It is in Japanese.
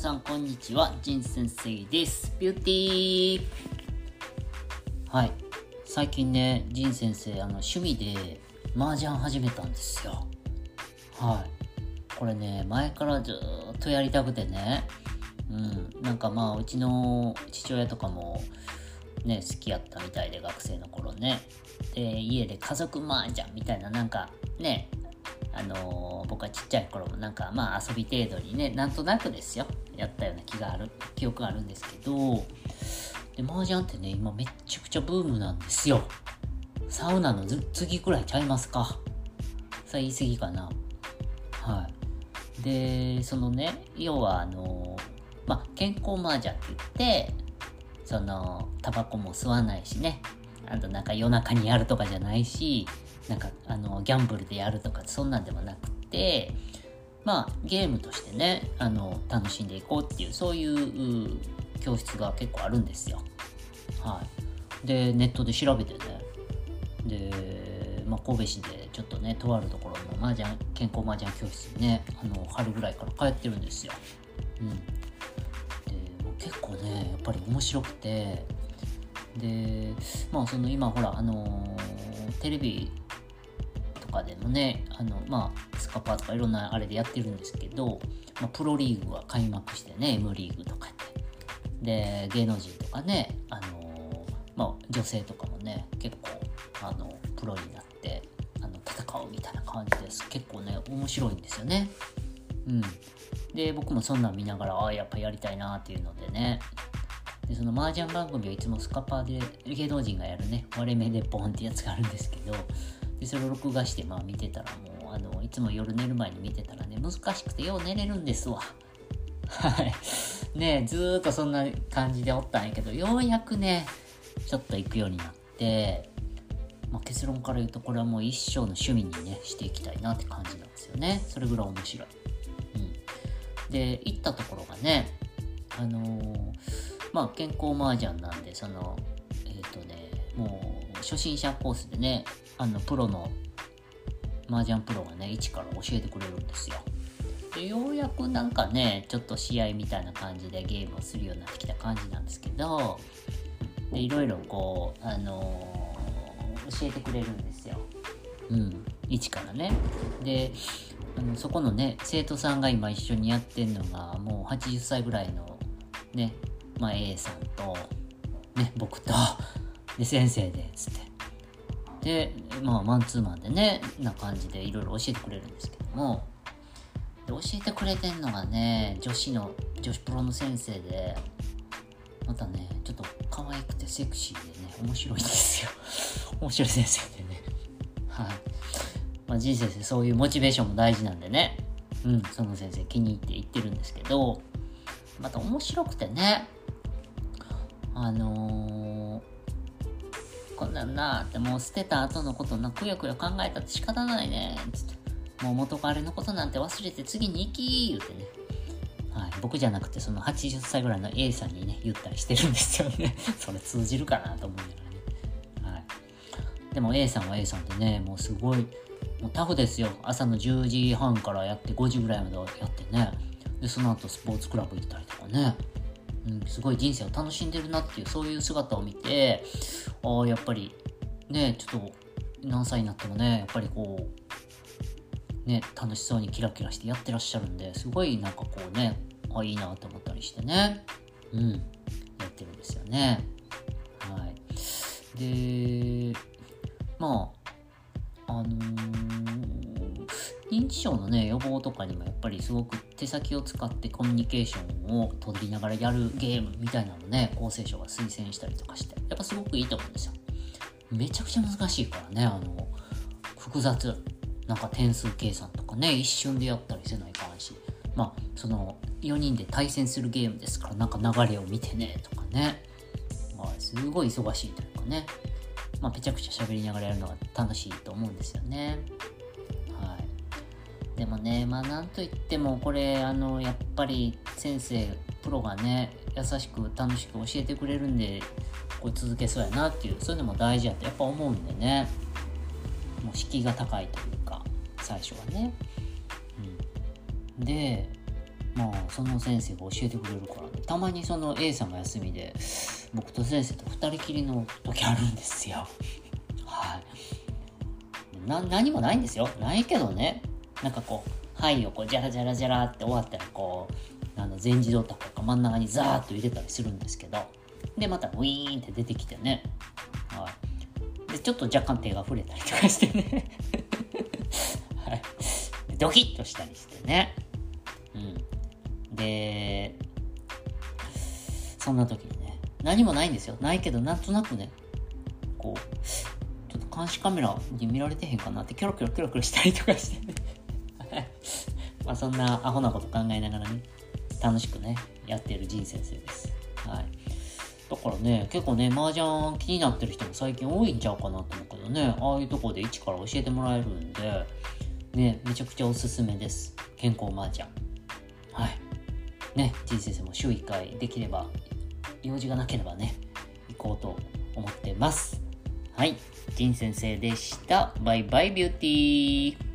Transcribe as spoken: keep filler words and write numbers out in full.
さんこんにちは、ジン先生です。ビューティー。はい、最近ね、ジン先生あの趣味で麻雀始めたんですよ。はい、これね前からずっとやりたくてね、うん、なんかまあうちの父親とかもね好きやったみたいで、学生の頃ね、で家で家族麻雀みたいななんかね、あのー、僕はちっちゃい頃もなんかまあ遊び程度にね、なんとなくですよやったような気がある記憶があるんですけど、で麻雀ってね今めっちゃくちゃブームなんですよ。サウナの次くらいちゃいますか。それ言い過ぎかな。はい。でそのね、要はあのー、まあ健康麻雀って言って、そのタバコも吸わないしね、あとなんか夜中にやるとかじゃないし、なんかあのギャンブルでやるとかそんなんでもなくて、まあゲームとしてね、あの楽しんでいこうっていう、そういう教室が結構あるんですよ。はい。でネットで調べてね、で、まあ、神戸市でちょっとねとあるところの麻雀健康麻雀教室にね、あの春ぐらいから通ってるんですよ。うん。でもう結構ねやっぱり面白くて、でまあその今ほらあのー、テレビとかでもね、あのまあスカパーとかいろんなあれでやってるんですけど、まあ、プロリーグが開幕してね、 M リーグとかで、で芸能人とかね、あのー、まあ女性とかもね結構あのプロになってあの戦うみたいな感じです。結構ね面白いんですよね。うん。で僕もそんなん見ながら、ああやっぱやりたいなっていうのでね、でその麻雀番組はいつもスカパーで芸能人がやるね、割れ目でボンってやつがあるんですけど、でそれを録画してまあ見てたら、もうあのいつも夜寝る前に見てたらね、難しくてよう寝れるんですわ。はいね、ずーっとそんな感じでおったんやけど、ようやくねちょっと行くようになって、まあ、結論から言うとこれはもう一生の趣味にねしていきたいなって感じなんですよね。それぐらい面白い。うん。で行ったところがね、あのー、まあ健康麻雀なんで、そのえっ、ー、とねもう初心者コースでね、あのプロの麻雀プロがね一から教えてくれるんですよ。でようやくなんかねちょっと試合みたいな感じでゲームをするようになってきた感じなんですけど、でいろいろこうあのー教えてくれるんですよ。うん、一からね。であのそこのね生徒さんが今一緒にやってんのがもうはちじゅっさいぐらいのね、まあ A さんとね僕とで先生でつってで、まあマンツーマンでねな感じでいろいろ教えてくれるんですけども、で教えてくれてんのがね女子の女子プロの先生で、またねちょっと可愛くてセクシーでね面白いんですよ。面白い先生でね、はい。まあ人生でそういうモチベーションも大事なんでね、うん、その先生気に入って言ってるんですけど、また面白くてね、あのー、こんなんなーって、もう捨てた後のことなくよくよ考えたって仕方ないねーつって、もう元彼のことなんて忘れて次に行きー言うてね、はい、僕じゃなくてそのはちじゅっさいぐらいの A さんにね言ったりしてるんですよね。それ通じるかなと思いながらね、はい。でも A さんは A さんでね、もうすごいもうタフですよ。朝のじゅうじはんからやってごじぐらいまでやってね、でその後スポーツクラブ行ったりとかね、うん、すごい人生を楽しんでるなっていう、そういう姿を見て、ああやっぱりねちょっと何歳になってもねやっぱりこうね楽しそうにキラキラしてやってらっしゃるんで、すごいなんかこうね、あいいなと思ったりしてね、うんやってるんですよね。はい。でまああのー、認知症のね予防とかにもやっぱりすごく手先を使ってコミュニケーションを取りながらやるゲームみたいなのね、厚生省が推薦したりとかして、やっぱすごくいいと思うんですよ。めちゃくちゃ難しいからね、あの複雑なんか点数計算とかね一瞬でやったりせないかんし、まあそのよにんで対戦するゲームですから、なんか流れを見てねとかね、まあ、すごい忙しいというかね、まあぺちゃくちゃ喋りながらやるのが楽しいと思うんですよね。はい。でもね、まあなんといってもこれあのやっぱり先生プロがね優しく楽しく教えてくれるんで、これ続けそうやなっていう、そういうのも大事やってやっぱ思うんでね、もう敷居が高いというか最初はね、うん、でまあその先生が教えてくれるからね、たまにその A さんが休みで僕と先生とふたりきりの時あるんですよ。はいな何もないんですよ、ないけどね、なんかこう牌をこうジャラジャラジャラって終わったらこうあの全自動タコが真ん中にザーッと入れたりするんですけど、でまたウィーンって出てきてね、はい、でちょっと若干手が触れたりとかしてねはい、ドキッとしたりしてね、うん、でそんな時にね、何もないんですよ、ないけどなんとなくね、こうちょっと監視カメラに見られてへんかなってキョロキョロキョロキョロしたりとかしてねまあそんなアホなこと考えながらね、楽しくねやっている仁先生です。はい。だからね、結構ね麻雀気になってる人も最近多いんちゃうかなと思うけどね、ああいうとこで一から教えてもらえるんでね、めちゃくちゃおすすめです。健康麻雀。はい。ね、仁先生も週いっかいできれば、用事がなければね行こうと思ってます。はい、仁先生でした。バイバイビューティー。